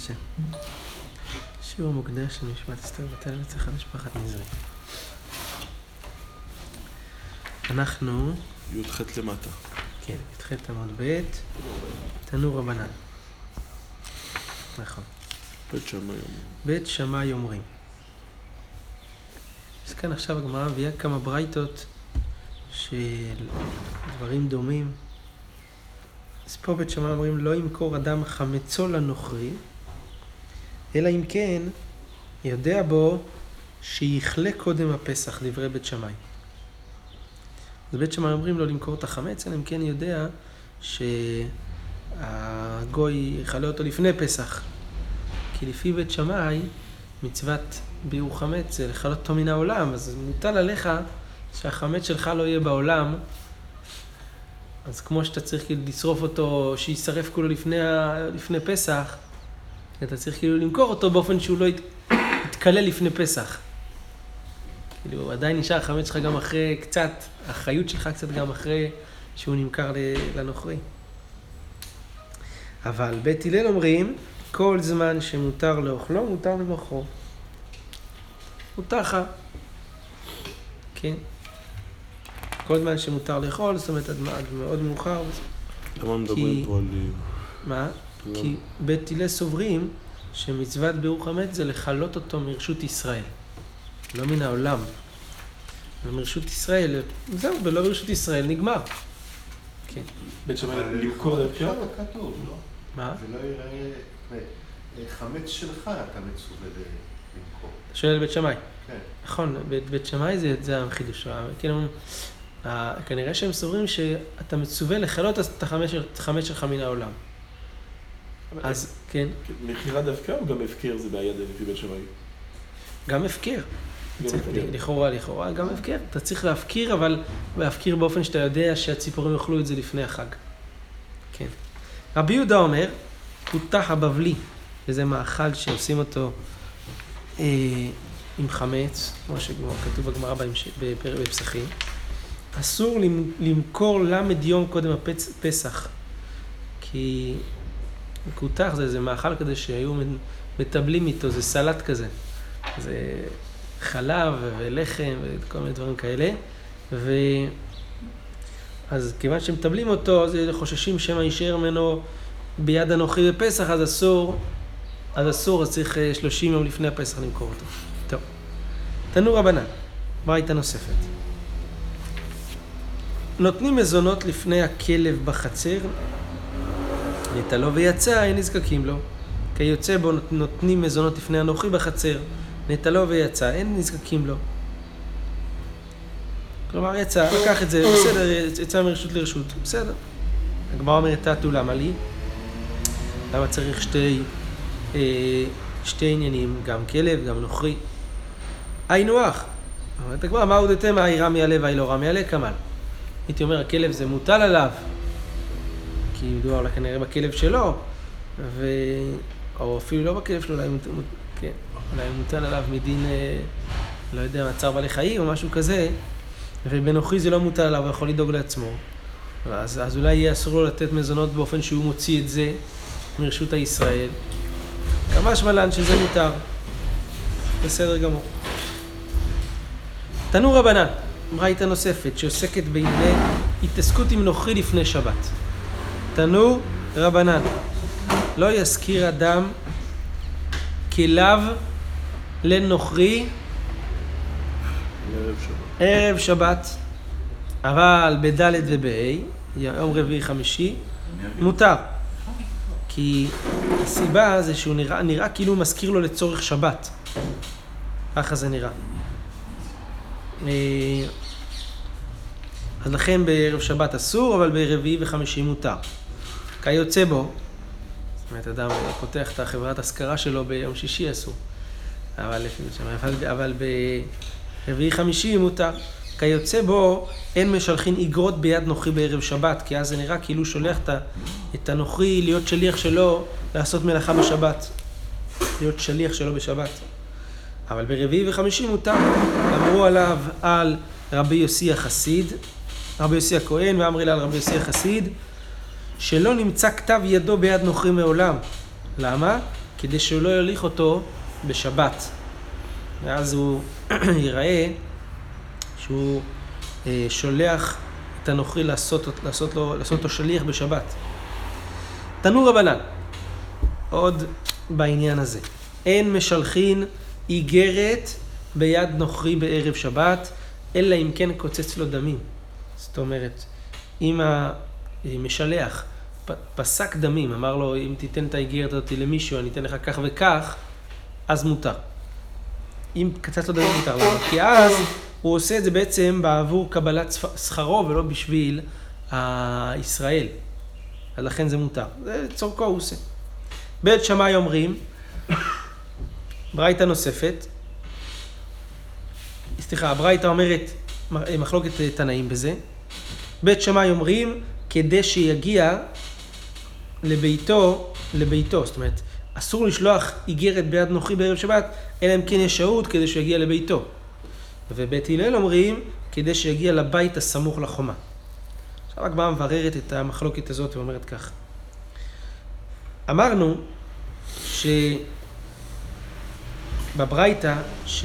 השם. שיעור מוקדש של משפט אסתר בתל וצריכה משפחת נזרי. אנחנו... י"ח למטה. כן, י"ח עמוד ב', תנו רבנן. נכון. בית שמאי אומרים. בית שמאי אומרים. אז כאן עכשיו הגמרא מביאה כמה ברייתות של דברים דומים. אז פה בית שמאי אומרים לא ימכור אדם חמצו לנוכרי, אלא אם כן יודע בו שיכלה קודם הפסח, דברי בית שמאי. אז בית שמאי אומרים לא למכור את החמץ, אלא אם כן יודע שהגוי יחלה אותו לפני פסח. כי לפי בית שמאי מצוות ביעור חמץ זה לחלות אותו מן העולם, אז מוטל עליך שהחמץ שלך לא יהיה בעולם, אז כמו שאתה צריך כאילו לשרוף אותו, שישרף כולו לפני פסח, אתה צריך כאילו למכור אותו באופן שהוא לא יתקלה לפני פסח. כאילו עדיין נשאר החמץ שלך גם אחרי קצת, החיות שלך קצת גם אחרי שהוא נמכר לנוכרי. אבל בית הלל אומרים, כל זמן שמותר לאוכלו, מותר למוכרו. מותר לך. כן. כל זמן שמותר לאכול, זאת אומרת, עד מאוד מאוחר. למה מדברים פה על... מה? כי בית הלל סוברים שמצוות ביעור חמץ זה לחלות אותו מרשות ישראל. לא מן העולם. מרשות ישראל, זהו, ולא מרשות ישראל, נגמר. כן. בית שמאי למכור זה אפשר? כתוב, לא? מה? זה לא יראה... חמץ שלך אתה מצווה למכור. שואל בית שמאי. כן. נכון, בית שמאי זה החידוש. כנראה שהם סוברים שאתה מצווה לחלות את החמץ שלך מן העולם. אז, כן. מכירה דווקא או גם הפקר זה בעיה לפי בית שמאי? גם הפקר. לכאורה, גם הפקר. אתה צריך להפקיר, אבל להפקיר באופן שאתה יודע שהציפורים יאכלו את זה לפני החג. כן. רבי יהודה אומר, פותח הבבלי, וזה מאכל שעושים אותו עם חמץ, כמו שכתוב בגמרא בפסחים. אסור למכור למד יום קודם הפסח, כי מקותח זה מאכל כזה שהיו מטבלים איתו, זה סלט כזה. זה חלב ולחם וכל מיני דברים כאלה. אז כיוון שמטבלים אותו, אז חוששים שמא יישאר ממנו ביד הנוכרי בפסח, אז צריך 30 יום לפני הפסח למכור אותו. טוב. תנו רבנן, ברייתא נוספת. נותנים מזונות לפני הכלב בחצר, נטלו ויצא, אין נזקקים לו. כי יוצא בו נותנים מזונות לפני הנוכרי בחצר, נטלו ויצא, אין נזקקים לו. כלומר, יצא, לקח את זה, בסדר, יצא מרשות לרשות, בסדר. הגמרא אומרת, תתו למה לי? למה צריך שתי עניינים, גם כלב, גם נוכרי? היינו אח. אומרת הגמרא, מה הודתם? היי רמי עלה והי לא רמי עלה, כמל. הייתי אומר, הכלב זה מוטל עליו, כי מדובר לה כנראה בכלב שלו, או אפילו לא בכלב שלו, אולי מוטל עליו מדין, לא יודע, מעצר בעלי חיים או משהו כזה, ובנוכרי זה לא מוטל עליו, הוא יכול לדאוג לעצמו. אז אולי יהיה אסור לו לתת מזונות באופן שהוא מוציא את זה מרשות הישראל. כמה שמלן שזה מותר. בסדר גמור. תנו רבנן, ברייתא נוספת שעוסקת בענייני התעסקות עם נוכרי לפני שבת. תנו רבנן, לא יזכיר אדם כליו לנוכרי ערב שבת, אבל בד' ובה' יום רביעי חמישי מותר. כי הסיבה זה שהוא נראה כאילו הוא מזכיר לו לצורך שבת. ככה זה נראה. אז לכן בערב שבת אסור, אבל ברביעי וחמישי מותר. כיוצא בו, זאת אומרת, אדם פותח את החברת השכרה שלו ביום שישי אסור. אבל ברביעי חמישי מותר. כיוצא בו, אין משלחין איגרות ביד נוכרי בערב שבת, כי אז זה נראה כאילו הוא שולח את הנוכרי להיות שליח שלו, לעשות מלאכה בשבת. להיות שליח שלו בשבת. אבל ברביעי וחמישי מותר. אמרו עליו על רבי יוסי החסיד, רבי יוסי הכהן, ואמרי לה על רבי יוסי החסיד, שלא נמצא כתב ידו ביד נוכרי מעולם. למה? כדי שהוא לא יוליך אותו בשבת. ואז הוא ייראה שהוא שולח את הנוכרי לעשות אותו שליח בשבת. תנו רבנן, עוד בעניין הזה. אין משלחין איגרת ביד נוכרי בערב שבת, אלא אם כן קוצץ לו דמים. זאת אומרת, אם המשלח פסק דמים, אמר לו, אם תיתן את האיגרת הזאת למישהו, אני אתן לך כך וכך, אז מותר. אם קצת לו דמים מותר לו, כי אז הוא עושה את זה בעצם בעבור קבלת שכרו ולא בשביל ישראל. אז לכן זה מותר. זה צורכו הוא עושה. בית שמאי אומרים, ברייתא נוספת, סליחה, הברייתא אומרת, מחלוקת תנאים בזה, בית שמאי אומרים, כדי שיגיע לביתו, זאת אומרת, אסור לשלוח איגרת ביד נוכרי בערב שבת, אלא אם כן יש שהות כדי שיגיע לביתו. ובית הלל אומרים, כדי שיגיע לבית הסמוך לחומה. עכשיו הגמרא מבררת את המחלוקת הזאת ואומרת כך. אמרנו שבברייתא,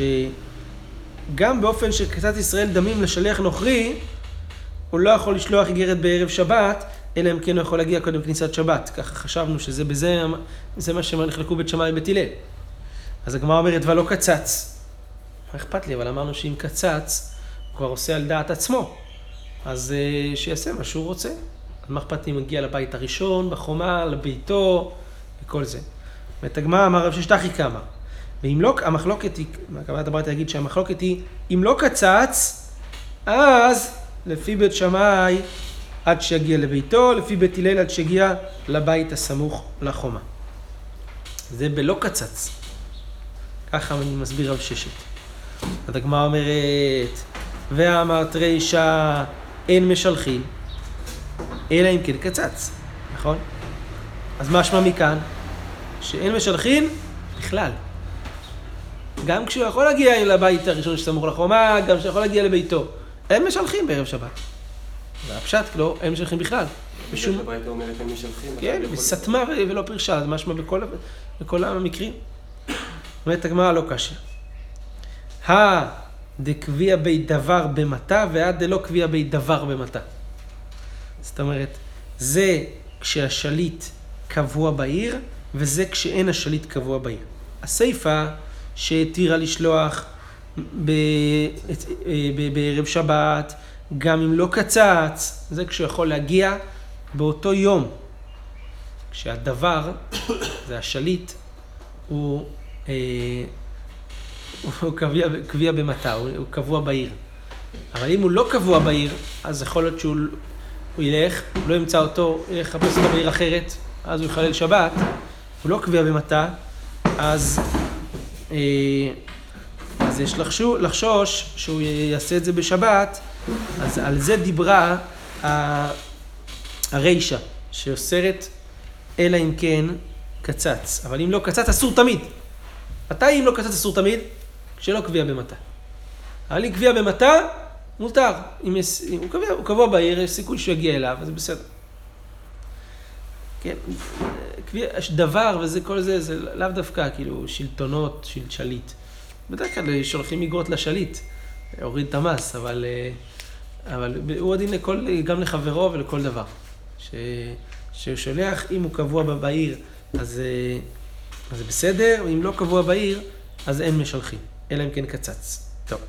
שגם באופן שקצת ישראל דמים לשליח נוכרי, הוא לא יכול לשלוח איגרת בערב שבת, אלא אם כן הוא יכול להגיע קודם כניסת שבת. ככה חשבנו שזה זה מה שנחלקו בית שמאי ובית הלל. אז הגמרא אומרת, ולא קצץ. מה אכפת לי? אבל אמרנו שאם קצץ, הוא כבר עושה על דעת עצמו. אז שיעשה מה שהוא רוצה. אז מה אכפת לי אם מגיע לבית הראשון, בחומה, לביתו, וכל זה. ואת הגמרא אמר רב ששטחי כמה. ואם לא, המחלוקת היא, הכוונת הברייתא להגיד שהמחלוקת היא, אם לא קצץ, אז לפי בית שמאי עד שיגיע לביתו, לפי בית הלל עד שיגיע לבית הסמוך לחומה. זה בלא קצץ. ככה אני מסביר רב ששת. אז הגמרא אומרת, ואמרת רישא אין משלחין, אלא אם כן קצץ, נכון? אז מה שמה מכאן? שאין משלחין בכלל. גם כשהוא יכול להגיע לבית הראשון שסמוך לחומה, גם כשהוא יכול להגיע לביתו. אין משלחין בערב שבת. והפשט לא, אין משלחין בכלל. בשום... הברייתא אומרת אין משלחין. כן, בסתמה ולא פרשה, אז משמע בכל המקרים. אומרת הגמרא לא קשה. דקביע בי דבר במטה ועד דלא קביע בי דבר במטה. זאת אומרת, זה כשהשליט קבוע בעיר, וזה כשאין השליט קבוע בעיר. הסיפה שהתירה לשלוח בערב שבת, גם אם לא קצץ, זה כשהוא יכול להגיע באותו יום. כשהדבר, זה השליט, הוא קביע במטה, הוא קבוע בעיר. אבל אם הוא לא קבוע בעיר, אז יכול להיות שהוא ילך, לא ימצא אותו, יחפש אותו בעיר אחרת, אז הוא יחלל שבת, הוא לא קביע במטה, אז יש לחשוש שהוא יעשה את זה בשבת, אז על זה דיברה הרישא, שאוסרת אלא אם כן קצץ. אבל אם לא קצץ, אסור תמיד. מתי אם לא קצץ אסור תמיד? כשלא קביע במטה. אבל אם קביע במטה, מותר. אם הוא קבוע בעיר, יש סיכוי שהוא יגיע אליו, אז זה בסדר. כן, דבר וזה, כל זה, זה לאו דווקא, כאילו, שלטונות של שליט. בדרך כלל שולחים איגרות לשליט, הוריד את המס, אבל הוא עדין גם לחברו ולכל דבר. שהוא שולח, אם הוא קבוע בעיר, אז זה בסדר, אם לא קבוע בעיר, אז אין משלחים, אלא אם כן קצץ. טוב.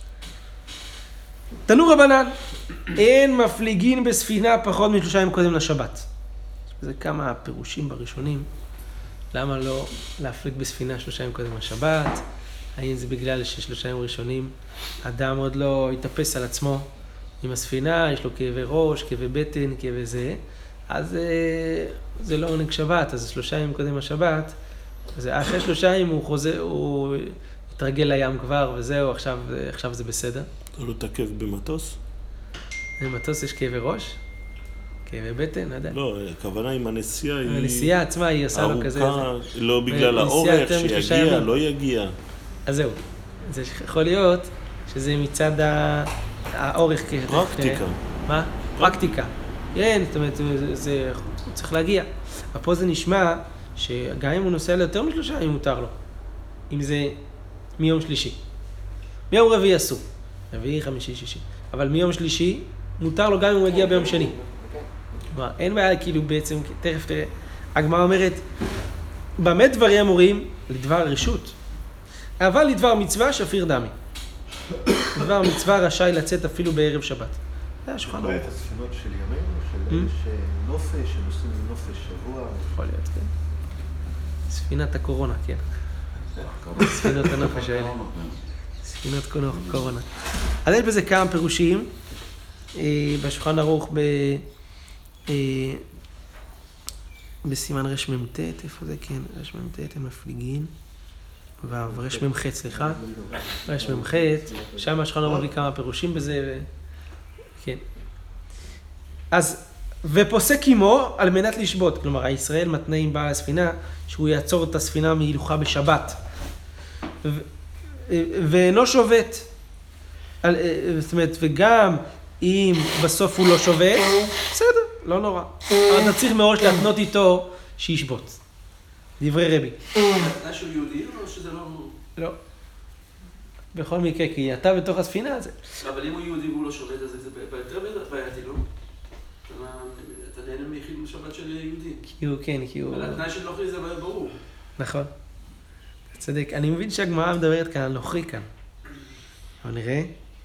תנו רבנן, אין מפליגין בספינה פחות מ3 ימים קודם לשבת. זה כמה פירושים בראשונים. למה לא להפליג בספינה 3 ימים קודם לשבת? האם זה בגלל ש3 ימים ראשונים אדם עוד לא יתאפס על עצמו עם הספינה, יש לו כאבי ראש, כאבי בטן, כאבי זה, אז זה לא עונג שבת, אז 3 ימים קודם לשבת, אז אחרי 3 ימים הוא חוזר, הוא יתרגל לים כבר וזהו, עכשיו זה בסדר. אתה לא תקף במטוס? במטוס יש כאבי ראש? כאבי בטן, לא יודע. לא, הכוונה עם הנסיעה היא... הנסיעה עצמה היא עושה לו כזה... ארוכה, לא בגלל האורך, שיגיע, לא יגיע. אז זהו, זה יכול להיות שזה מצד האורך. פרקטיקה. מה? פרקטיקה. כן, זאת אומרת, הוא צריך להגיע. אבל פה זה נשמע שגם אם הוא נוסע ליותר מ3 ימים מותר לו, אם זה מיום שלישי. מיום רביעי אסור, רביעי, חמישי, שישי. אבל מיום שלישי מותר לו גם אם הוא מגיע ביום שני. כלומר, אין בעיה כאילו בעצם, תכף תראה, הגמרא אומרת, במה דברים אמורים? לדבר רשות. אבל לדבר מצווה שפיר דמי. לדבר מצווה רשאי לצאת אפילו בערב שבת. זה השולחן ערוך. את הספינות של ימינו, של נופש, שנוסעים לנופש שבוע. יכול להיות, כן. ספינת הקורונה, כן. ספינות הנופש האלה. ספינות קורונה. אז יש בזה כמה פירושים. בשולחן ערוך בסימן רמ"ט, איפה זה? כן, רמ"ט, הם מפליגים. רמ"ח, סליחה. רמ"ח, שם השולחן ערוך מביא כמה פירושים בזה. כן. אז, ופוסק עמו על מנת לשבות. כלומר, הישראל מתנה עם בעל הספינה שהוא יעצור את הספינה מהילוכה בשבת. ואינו שובת. זאת אומרת, וגם אם בסוף הוא לא שובת, בסדר, לא נורא. אבל אתה צריך מראש להתנות איתו שישבות. דברי רבי. אתה שהוא יהודי או שזה לא... לא. בכל מקרה, כי אתה בתוך הספינה הזה. אבל אם הוא יהודי והוא לא שובת, אז זה ביותר בעייתי, לא? אתה נהנה מיחיד משבת של יהודי. כי הוא... אבל התנאי של נוכרי זה ברור. נכון. אתה צודק. אני מבין שהגמרא מדברת כאן על נוכרי כאן. אבל נראה.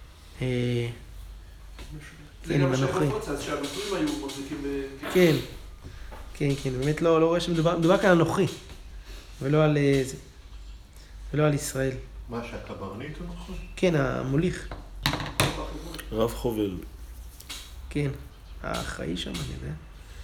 זה גם השאלה בפוצה, אז שהנוכרים היו מחזיקים כן. כן, באמת לא רואה שמדובר כאן על נוכרי. ולא על זה. ולא על ישראל. מה, שהקברניט הוא נכון? כן, המוליך. רב חובל. כן, האחראי שם, אני יודע.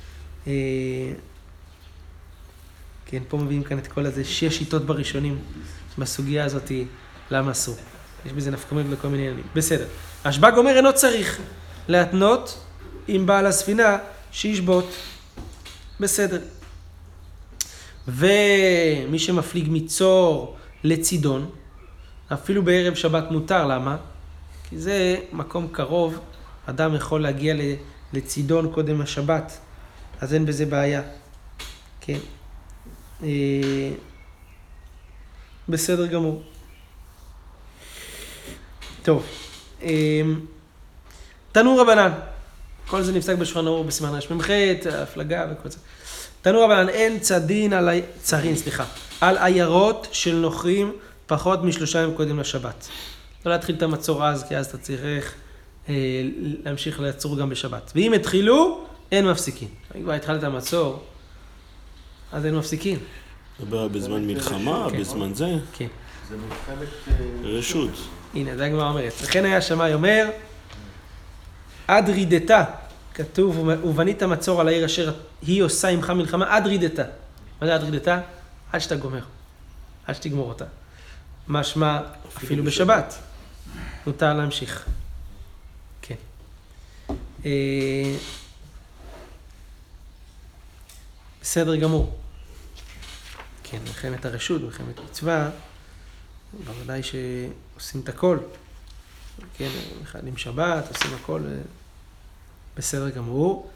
כן, פה מביאים כאן את כל הזה, 6 שיטות בראשונים בסוגיה הזאת, למה אסור. יש בזה נפקמינות לכל מיני עניינים. בסדר. השב"ג אומר, אינו צריך להתנות עם בעל הספינה שישבות. בסדר. ומי שמפליג מצור לצידון, אפילו בערב שבת מותר, למה? כי זה מקום קרוב, אדם יכול להגיע לצידון קודם השבת, אז אין בזה בעיה. כן. בסדר גמור. טוב. תנו רבנן. כל זה נפסק בשולחן ערוך בסימן רמ"ח, ההפלגה וכל זה. תנו רבנן, אין על עיירות של נוכרים פחות מ3 ימים קודם לשבת. לא להתחיל את המצור אז, כי אז אתה צריך להמשיך לעצור גם בשבת. ואם התחילו, אין מפסיקים. אם כבר התחלת המצור, אז אין מפסיקים. דבר בזמן מלחמה, בזמן זה. כן. זה מלחמת... רשות. הנה, זה הגמרא אומרת. לכן היה שמאי אומר, עד רידתה, כתוב, ובנית מצור על העיר אשר היא עושה עמך מלחמה, עד רידתה. מה זה עד רידתה? עד שאתה גומר. עד שתגמור אותה. משמע, אפילו בשבת. נותר להמשיך. כן. בסדר גמור. כן, מלחמת הרשות, מלחמת מצווה, בוודאי שעושים את הכל. כן, מחללים שבת, עושים הכל, בסדר גמור.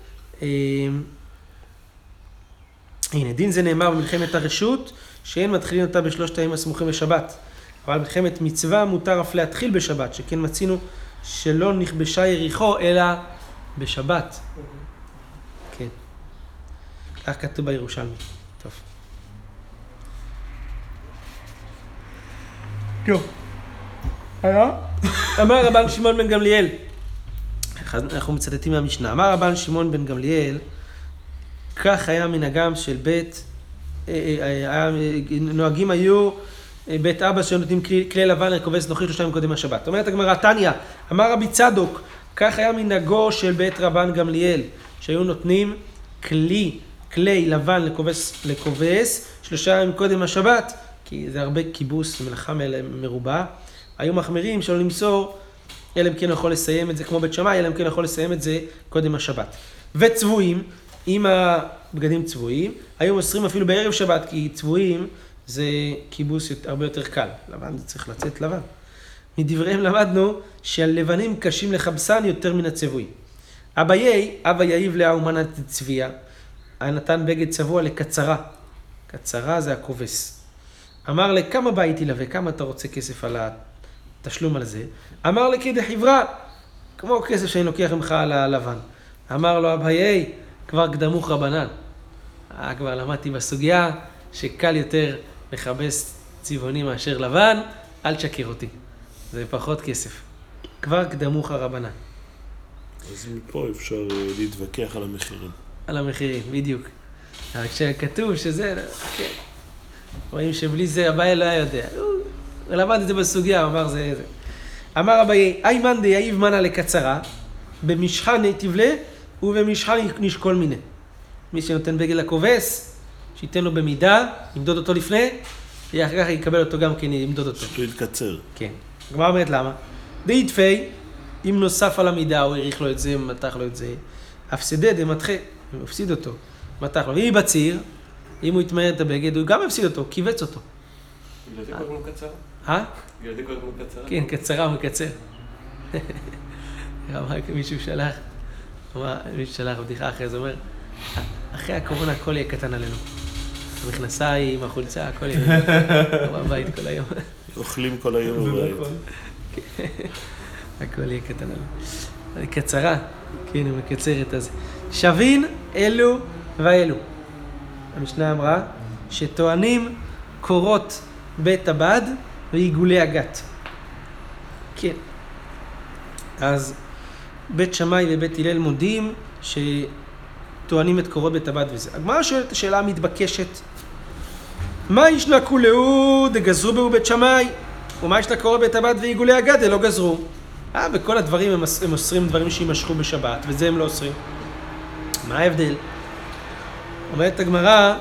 הנה, דין זה נאמר במלחמת הרשות, שאין מתחילים אותה ב3 הימים הסמוכים לשבת. אבל מלחמת מצווה מותר אף להתחיל בשבת, שכן מצינו שלא נכבשה יריחו, אלא בשבת. כן. כך כתוב בירושלמי. טוב. טוב. אמר רבן שמעון בן גמליאל, אנחנו מצטטים מהמשנה, אמר רבן שמעון בן גמליאל, כך היה מנהגם של נוהגים היו בית אבא שנותנים כלי לבן לכובס נוכרי 3 ימים קודם השבת. אומרת הגמרא, תניא, אמר רבי צדוק, כך היה מנהגו של בית רבן גמליאל, שהיו נותנים כלי לבן לכובס 3 ימים קודם השבת, כי זה הרבה כיבוס, מלאכה מרובה. היו מחמירים שלא למסור, אלא אם כן יכול לסיים את זה, כמו בית שמאי, אלא אם כן יכול לסיים את זה קודם השבת. וצבועים, עם הבגדים צבועים, היו מוסרים אפילו בערב שבת, כי צבועים זה כיבוס הרבה יותר קל. לבן זה צריך לצאת לבן. מדבריהם למדנו שהלבנים קשים לחבסן יותר מן הצבועים. אבא יאיב לאה אומנת צביה, היה נתן בגד צבוע לקצרה. קצרה זה הכובס. אמר לי, כמה בית ילווה, כמה אתה רוצה כסף על התשלום על זה? אמר לי, כדי חברה, כמו כסף שאני לוקח ממך על הלבן. אמר לו, אביי, כבר קדמוך רבנן. כבר למדתי בסוגיה שקל יותר לכבס צבעוני מאשר לבן, אל תשקר אותי. זה פחות כסף. כבר קדמוך רבנן. אז מפה אפשר להתווכח על המחירים. על המחירים, בדיוק. רק כשכתוב שזה, כן. רואים שבלי זה אביי לא היה יודע. הוא למד את זה בסוגיה, הוא אמר זה. אמר אביי, אי מאן דאיב מנה לקצרה, במשחן תבלה ובמשחן נשקול מיני. מי שנותן בגד לכובס, שייתן לו במידה, ימדוד אותו לפני, ואחר כך יקבל אותו גם כן, ימדוד אותו. שהוא יתקצר. כן. הגמרא אומרת למה? די תפי, אם נוסף על המידה, הוא העריך לו את זה, מתח לו את זה, הפסדה דמתחה, הוא הפסיד אותו, מתח לו. ואם בציר, אם הוא יתמהר את הבגד, הוא גם הפסיד אותו, קיבץ אותו. בגלל זה קוראים לו קצר? בגלל זה קוראים לו קצר? כן, קצרה הוא מקצר. מישהו שלח בדיחה אחרי זה, אומר, אחרי הקורונה הכל יהיה קטן עלינו. המכנסיים, החולצה, הכל יהיה בבית כל היום. אוכלים כל היום בבית. הכל יהיה קטן עלינו. קצרה, כן, הוא מקצר את הזה. שווין אלו ואלו. המשנה אמרה שטוענים קורות בית הבד ועיגולי הגת. כן. אז בית שמאי ובית הלל מודים שטוענים את קורות בית הבד וזה. הגמרא שואלת השאלה המתבקשת, מה ישנה כולהו דגזרו בהו בית שמאי? ומה ישנה קורות בית הבד ועיגולי הגת דלא גזרו? בכל הדברים הם אוסרים דברים שימשכו בשבת, וזה הם לא אוסרים. מה ההבדל? אומרת הגמרא,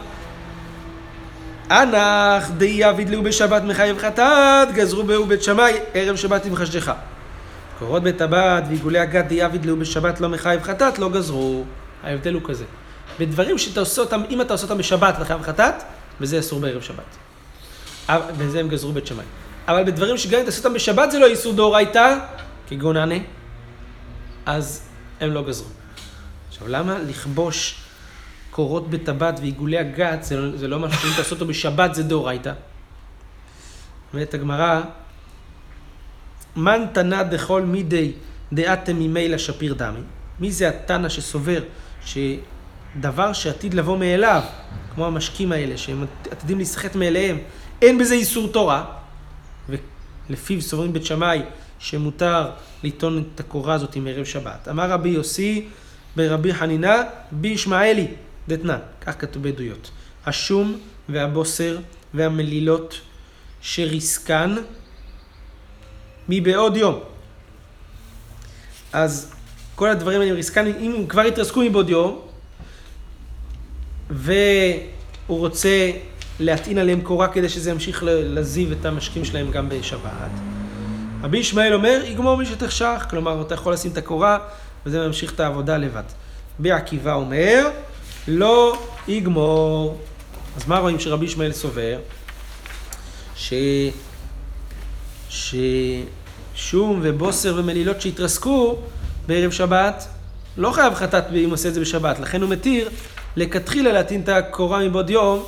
אנך די יעביד לו בשבת מחייב חטאת, גזרו בהו בית שמאי ערב שבת עם חשדך. קורות בית הבד ועיגולי הגת די יעביד לו בשבת לא מחייב חטאת, לא גזרו. ההבדל הוא כזה. בדברים שאתה עושה אותם, אם אתה עושה אותם בשבת לחייב חטאת, וזה אסור בערב שבת. וזה הם גזרו בית שמאי. אבל בדברים שגם אם אתה עושה אותם בשבת זה לא איסור דאורייתא, כגון ענה, אז הם לא גזרו. עכשיו, למה לכבוש קורות בית הבד ועיגולי הגת, זה לא משהו שאם תעשו אותו בשבת זה דאורייתא. אומרת הגמרא, מן תנא דכל מידי דאתם ממילא שפיר דמי? מי זה התנא שסובר שדבר שעתיד לבוא מאליו, כמו המשקים האלה, שהם עתידים להיסחט מאליהם, אין בזה איסור תורה, ולפיו סוברים בית שמאי שמותר לטעון את הקורה הזאת עם ערב שבת. אמר רבי יוסי ברבי חנינה בישמעאלי דתנן, כך כתוב בעדויות. השום והבוסר והמלילות שריסקן מבעוד יום. אז כל הדברים האלה ריסקן, אם הם כבר התרסקו מבעוד יום, והוא רוצה להטעין עליהם קורה כדי שזה ימשיך להזיב את המשקים שלהם גם בשבת. רבי ישמעאל אומר, יגמור מי שתחשך, כלומר, אתה יכול לשים את הקורה, וזה ממשיך את העבודה לבד. רבי עקיבא אומר, לא יגמור. אז מה רואים שרבי ישמעאל סובר? ששום ובוסר ומלילות שהתרסקו בערב שבת, לא חייב חטאת אם עושה את זה בשבת, לכן הוא מתיר לכתחילה להטעין את הקורה מבעוד יום,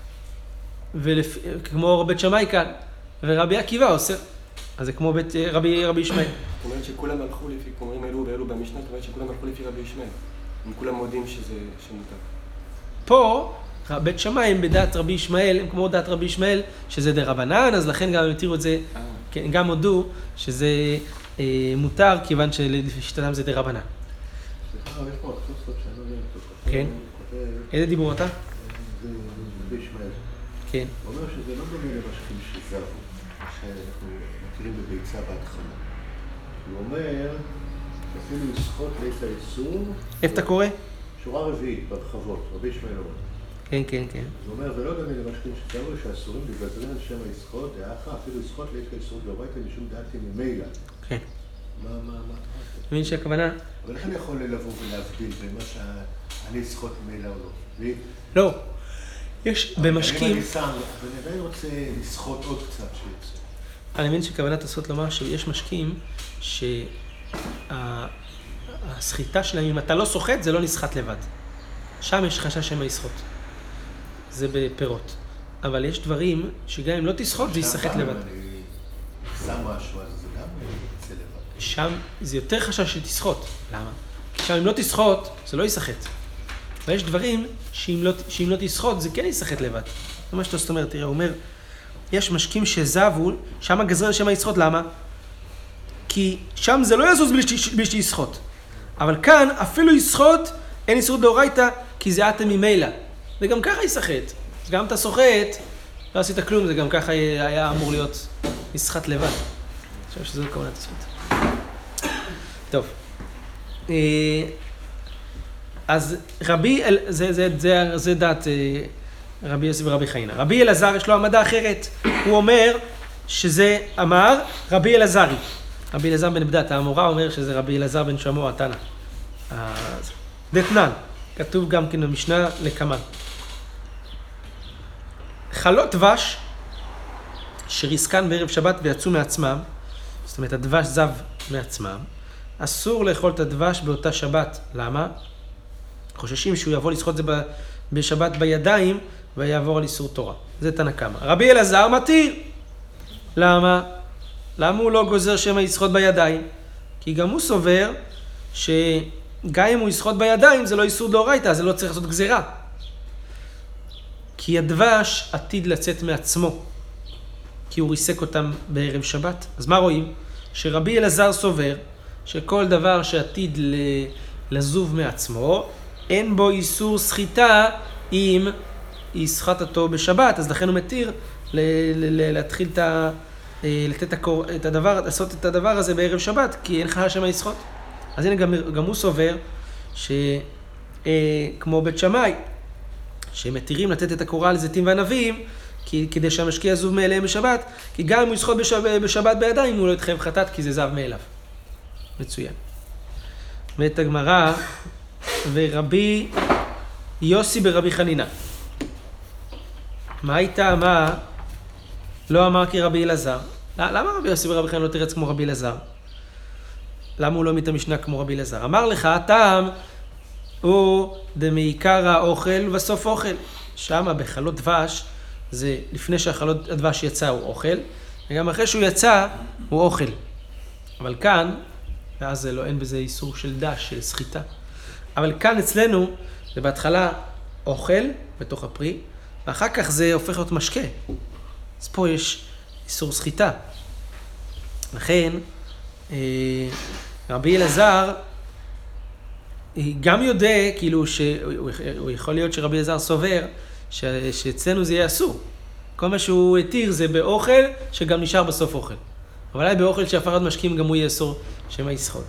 כמו בית שמאי כאן, ורבי עקיבא עושה. אז זה כמו רבי ישמעאל. זאת אומרת שכולם הלכו לפי, אומרים אלו ואלו במשנה, זאת אומרת שכולם הלכו לפי רבי ישמעאל. הם כולם מודים שזה שמותר. פה, בית שמאי הם בדעת רבי ישמעאל, הם כמו דעת רבי ישמעאל, שזה דרבנן, אז לכן גם הם התירו את זה, כן, גם הודו שזה מותר, כיוון שלשיטתם זה דרבנן. סליחה, יש פה תוספות שאני לא יודע אותו. כן. איזה דיבור אתה? זה רבי ישמעאל. כן. הוא אומר שזה לא דומה למשקים שזרו, שאנחנו מכירים בביצה בהתחלה. הוא אומר, אפילו לשחות לית האיסור. איפה אתה קורא? שורה רביעית, ברחבות, רבי ישמעאל אומר. כן, כן, כן. הוא אומר, ולא דומה למשקים שזרו, שאסורים בגזרים על שם הישחות, דאחה, אפילו לשחות לית האיסור דאורייתא משום דעתי ממילא. כן. מה? אתה מבין שהכוונה? אבל איך אני יכול לבוא ולהבדיל בין מה שאני אשחות ממילא או לא? לא. יש במשקים... אני עדיין רוצה לשחות עוד קצת שיוצא. אני מבין שכוונת הסוד לומר שיש משקים שהסחיטה שלהם, אם אתה לא סוחט, זה לא נסחט לבד. שם יש חשש שהם יסחוט. זה בפירות. אבל יש דברים שגם אם לא תסחוט, זה ייסחט לבד. אני שם משהו, אז זה גם יצא לבד. שם זה יותר חשש שתסחוט. למה? כי שם אם לא תסחוט, זה לא ייסחט. ויש דברים שאם לא תסחוט, זה כן ייסחט לבד. זה מה שאתה זאת אומרת, תראה, הוא אומר, יש משקים שזבו, שם הגזרן שם יסחוט, למה? כי שם זה לא יזוז בלי שיסחוט. אבל כאן, אפילו יסחוט, אין איסור דאורייתא, כי זה אתם ממילא. וגם ככה ייסחט. אז גם אתה סוחט, לא עשית כלום, זה גם ככה היה אמור להיות נסחט לבד. אני חושב שזו כמובן תסחוט. טוב. אז רבי, זה דעת רבי יוסי ורבי חיינה. רבי אלעזר יש לו עמדה אחרת. הוא אומר שזה אמר רבי אלעזרי. רבי אלעזר בן בדת, האמורה אומר שזה רבי אלעזר בן שמוע התנא. דתנן, כתוב גם כן במשנה לקמן. חלות דבש שריסקן בערב שבת ויצאו מעצמם, זאת אומרת הדבש זב מעצמם, אסור לאכול את הדבש באותה שבת. למה? חוששים שהוא יבוא לסחוט את זה בשבת בידיים ויעבור על איסור תורה. זה תנא קמא. רבי אלעזר מתיר. למה? למה הוא לא גוזר שמא יסחוט בידיים? כי גם הוא סובר שגם אם הוא יסחוט בידיים זה לא איסור דאורייתא, אז זה לא צריך לעשות גזירה. כי הדבש עתיד לצאת מעצמו, כי הוא ריסק אותם בערב שבת. אז מה רואים? שרבי אלעזר סובר שכל דבר שעתיד לזוב מעצמו, אין בו איסור סחיטה אם יסחט אותו בשבת, אז לכן הוא מתיר להתחיל לעשות את הדבר הזה בערב שבת, כי אין חשש שמא יסחט. אז הנה גם הוא סובר כמו בית שמאי, שמתירים לתת את הקורה לזיתים וענבים, כדי שהמשקיע יזוב מאליהם בשבת, כי גם אם הוא יסחוט בשבת בידיים, הוא לא יתחייב חטאת, כי זה זב מאליו. מצוין. ואת הגמרא, ורבי יוסי ברבי חנינה. מה הייתה? מה? לא אמר כי רבי אלעזר. למה רבי יוסי ברבי חנינה לא תרץ כמו רבי אלעזר? למה הוא לא מת המשנה כמו רבי אלעזר? אמר לך, הטעם הוא דמעיקר האוכל ובסוף אוכל. שמה בחלות דבש, זה לפני שהחלות הדבש יצא הוא אוכל, וגם אחרי שהוא יצא הוא אוכל. אבל כאן, ואז אין בזה איסור של דש, של סחיטה. אבל כאן אצלנו, זה בהתחלה אוכל בתוך הפרי, ואחר כך זה הופך להיות משקה. אז פה יש איסור סחיטה. לכן, רבי אלעזר גם יודע, כאילו, שהוא יכול להיות שרבי אלעזר סובר, שאצלנו זה יהיה אסור. כל מה שהוא התיר זה באוכל, שגם נשאר בסוף אוכל. אבל אולי באוכל שהפך להיות משקים גם הוא יהיה אסור, שמא יסחוט.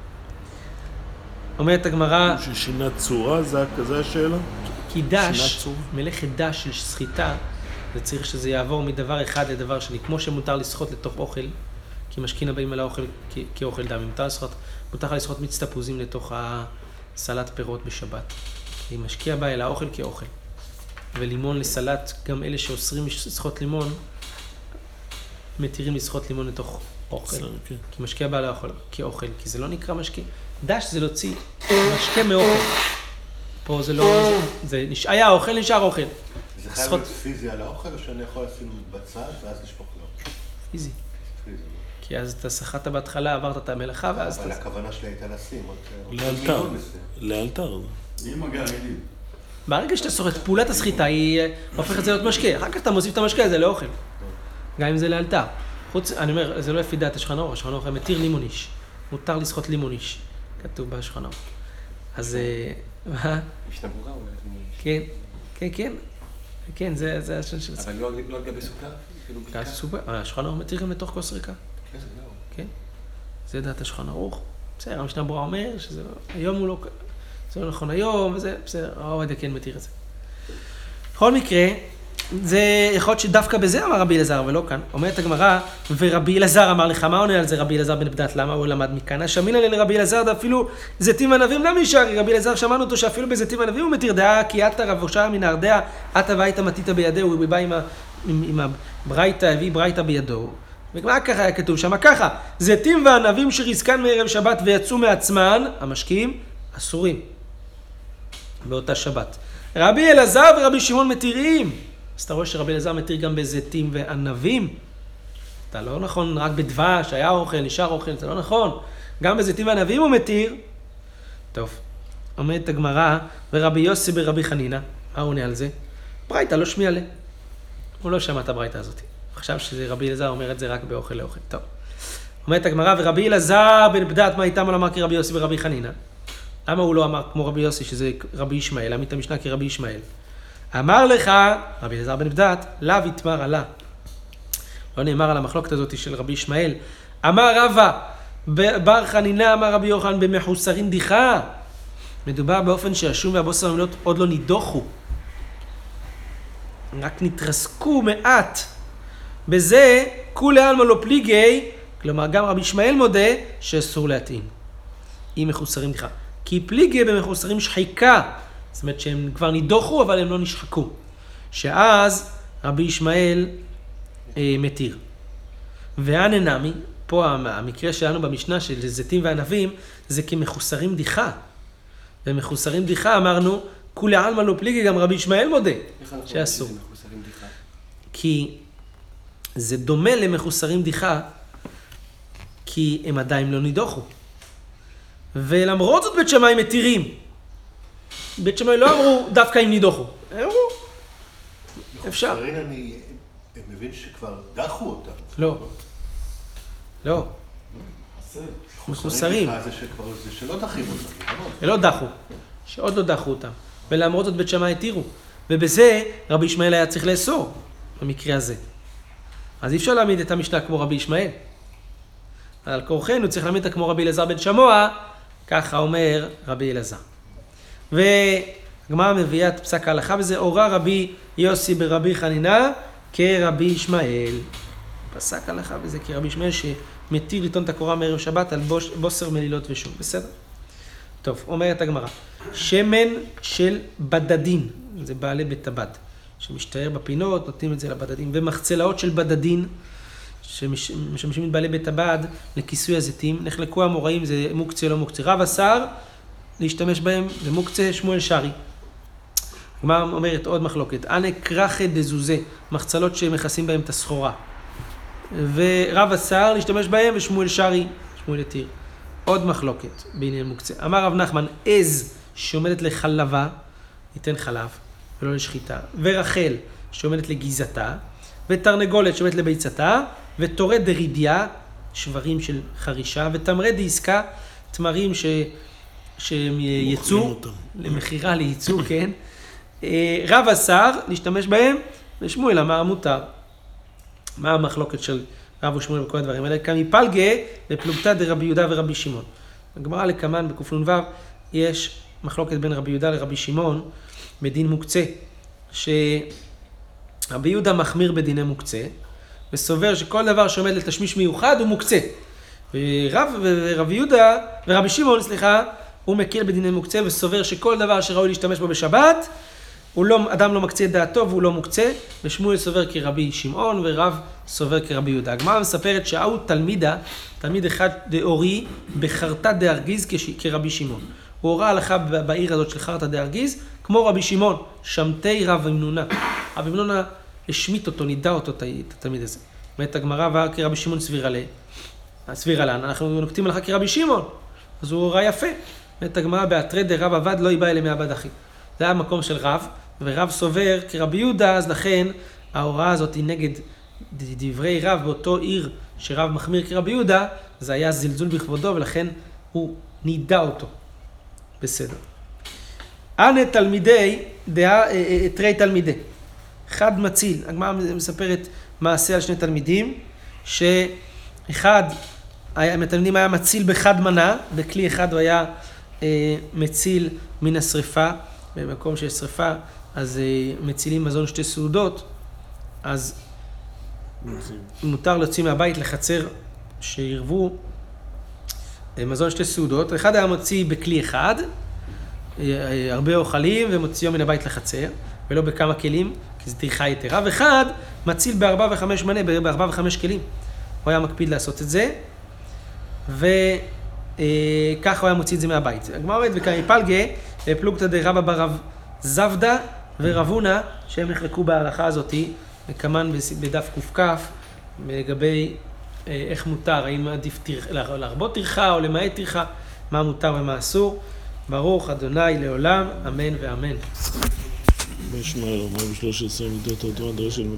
אומרת הגמרא, ששינה צורה, זה השאלה? כי דש, מלאכת דש של סחיטה, זה צריך שזה יעבור מדבר אחד לדבר שני. כמו שמותר לסחוט לתוך אוכל, כי משכין הבאים על האוכל כאוכל דם. מותר לסחוט מיץ תפוזים לתוך הסלט פירות בשבת. אם משקיע בה אל האוכל כאוכל. ולימון לסלט, גם אלה שאוסרים לסחוט לימון, מתירים לסחוט לימון לתוך אוכל. כי משקיע בה לאוכל כאוכל, כי זה לא נקרא משקיע. דש זה להוציא משקה מאוכל. פה זה לא... היה אוכל, נשאר אוכל. זה חייב להיות פיזי על האוכל, או שאני יכול לשים בצד ואז לשפוך לו? פיזי. כי אז אתה שחטת בהתחלה, עברת את המלאכה, ואז... אבל הכוונה שלי הייתה לשים. לאלתר. לאלתר. עם הגרעינים. ברגע שאתה שוחט, פעולת הסחיטה היא הופכת את זה להיות משקה. אחר כך אתה מוסיף את המשקה הזה לאוכל. גם אם זה לאלתר. אני אומר, זה לא לפי דעת השולחן ערוך. השולחן ערוך מתיר לימון איש. מותר לשחוט לימון איש. כתוב בשולחן ערוך. אז... מה? משנה ברורה או לימון איש? כן, כן, כן. כן, זה השון של אבל לא על גבי סוכר? השולחן ערוך מתיר גם לתוך כוס ריקה. כן. זה דעת השולחן ערוך. בסדר, המשנה ברורה אומר שזה היום הוא לא... זה לא נכון היום, וזה, בסדר, הרב כן מתיר את זה. בכל מקרה, זה יכול להיות שדווקא בזה אמר רבי אלעזר, ולא כאן. אומרת הגמרא, ורבי אלעזר אמר לך, מה עונה על זה רבי אלעזר בן בדת? למה הוא למד מכאן? שמין לרבי אלעזר, אפילו זיתים ענבים למה יישאר? רבי אלעזר שמענו אותו שאפילו בזיתים ענבים הוא מתיר דעה, כי אתה רבושה מן הרדעה, אתה והיית מתית בידו, הוא בא עם הברייתא, הביא ברייתא בידו. ומה ככה היה כתוב שם? ככה, זיתים וענבים שריסקן מערב שבת ויצאו מעצמן, המשקיעים, אסורים. באותה שבת. רבי אלעזר ורבי שמעון מתירים. אז אתה רואה שרבי אלעזר מתיר גם בזיתים וענבים. אתה לא נכון, רק בדבש, היה אוכל, נשאר אוכל, זה לא נכון. גם בזיתים וענבים הוא מתיר. טוב, אומרת הגמרא, ורבי יוסי ברבי חנינא, מה הוא עונה על זה? ברייתא לא שמיע לה. הוא לא שמע את הברייתא הזאת. עכשיו שרבי אלעזר אומר את זה רק באוכל לאוכל. טוב. אומרת הגמרא, ורבי אלעזר בן בדעת מה איתם לא אמר כרבי יוסי ברבי חנינא? למה הוא לא אמר כמו רבי יוסי שזה רבי ישמעאל? למה את המשנה כרבי ישמעאל? אמר לך, רבי אלעזר בן בדעת, לאו יתמר עלה. לא נאמר על המחלוקת הזאת של רבי ישמעאל. אמר רבא, בר חנינא אמר רבי יוחנן במחוסרין דיחה. מדובר באופן שהשום והבוסר המלאות עוד לא נידוחו. רק נתרסקו מעט. בזה, כולי עלמא לא פליגי, כלומר גם רבי ישמעאל מודה שאסור להטעין. אם מחוסרים דיחה. כי פליגי במחוסרים שחיקה. זאת אומרת שהם כבר נידוחו אבל הם לא נשחקו. שאז רבי ישמעאל מתיר. והננמי, פה המקרה שלנו במשנה של זיתים וענבים, זה כמחוסרים דיחה. ומחוסרים דיחה אמרנו, כולי עלמא לא פליגי, גם רבי ישמעאל מודה שאסור. כי זה דומה למחוסרים דיחה, כי הם עדיין לא נידוחו. ולמרות זאת בית שמאי מתירים. בית שמאי לא אמרו דווקא אם נידוחו. אמרו, אפשר. מחוסרין אני מבין שכבר דחו אותם. לא. לא. מחוסרים. זה שלא דחים אותם. ולא דחו. שעוד לא דחו אותם. ולמרות זאת בית שמאי התירו. ובזה רבי ישמעאל היה צריך לאסור. במקרה הזה. אז אי אפשר להעמיד את המשנה כמו רבי ישמעאל. על כורחנו צריך להעמיד את כמו רבי אלעזר בן שמוע, ככה אומר רבי אלעזר. והגמרא מביאה את פסק ההלכה בזה, הורה רבי יוסי ברבי חנינא כרבי ישמעאל. פסק הלכה בזה כרבי ישמעאל שמתיר לטעון את הקורה מערב שבת על בוסר מלילות ושום. בסדר? טוב, אומרת הגמרא, שמן של בדדין, זה בעלי בית הבד, שמשתער בפינות, נותנים את זה לבדדין, ומחצלאות של בדדין, שמשמשים את בעלי בית הבד לכיסוי הזיתים, נחלקו המוראים, זה מוקצה או לא מוקצה. רב אסר להשתמש בהם, זה מוקצה שמואל שרי. הגמרא אומרת עוד מחלוקת, אנא קרחא דזוזה, מחצלות שמכסים בהם את הסחורה. ורב אסר להשתמש בהם, ושמואל שרי, שמואל התיר. עוד מחלוקת בעניין מוקצה. אמר רב נחמן, עז שעומדת לחלבה, ייתן חלב, ולא לשחיטה. ורחל שעומדת לגיזתה, ותרנגולת שעומדת לביצתה, ותורי דרידיה, שברים של חרישה, ותמרי דיסקה, תמרים שהם יצאו, למחירה לייצוא, כן. רב אסר להשתמש בהם, ושמואל אמר מותר. מה המחלוקת של רב ושמואל בכל הדברים האלה? כמפלגה בפלוגתא דרבי יהודה ורבי שמעון. הגמרא לקמן בקנ"ו יש מחלוקת בין רבי יהודה לרבי שמעון בדין מוקצה, שרבי יהודה מחמיר בדיני מוקצה, וסובר שכל דבר שעומד לתשמיש מיוחד הוא מוקצה. ורבי יהודה, ורבי שמעון, הוא מקל בדיני מוקצה וסובר שכל דבר שראוי להשתמש בו בשבת, אדם לא מקצה את דעתו והוא לא מוקצה, ושמואל סובר כרבי שמעון ורב סובר כרבי יהודה. הגמרא מספרת שהאו תלמיד אחד דאורי בחרטא דארגיז כרבי שמעון. הוא הורה הלכה בעיר הזאת של חרטא דארגיז כמו רבי שמעון, שמתי רב אמנונה. רב אמנונה השמיט אותו, נידע אותו את התלמיד הזה. אומרת הגמרא והר כרבי שמעון סבירה לן, אנחנו נוקטים הלכה כרבי שמעון, אז הוא הורה יפה. אומרת הגמרא באתרי דרב עבד לא ייבא אלה מעבד אחי. זה היה מקום של רב, ורב סובר כרבי יהודה, אז לכן ההוראה הזאת היא נגד דברי רב באותו עיר שרב מחמיר כרבי יהודה, זה היה זלזול בכבודו, ולכן הוא נידע אותו. בסדר. אנה תלמידי, תרי תלמידי. אחד מציל, הגמרא מספרת מעשה על שני תלמידים, שאחד מהתלמידים היה מציל בחד מנה, בכלי אחד הוא היה מציל מן השריפה, במקום שיש שריפה, אז מצילים מזון שתי סעודות, אז מותר להוציא מהבית לחצר שירבו מזון שתי סעודות. אחד היה מוציא בכלי אחד, הרבה אוכלים, ומוציאו מן הבית לחצר, ולא בכמה כלים, כי זה טרחה יתרה, ואחד מציל בארבע וחמש מנה, בארבע וחמש כלים. הוא היה מקפיד לעשות את זה, וכך הוא היה מוציא את זה מהבית. הגמרא אומרת, וכמפלגה, פלוגתא דרבא ברב זבדה, ורב הונא, שהם נחלקו בהלכה הזאת, וכמן בדף קכ, לגבי איך מותר, האם עדיף להרבות טרחה או למעט טרחה, מה מותר ומה אסור. ברוך אדוני לעולם, אמן ואמן. מה ישמעאל, 413 מידות התורה דרשת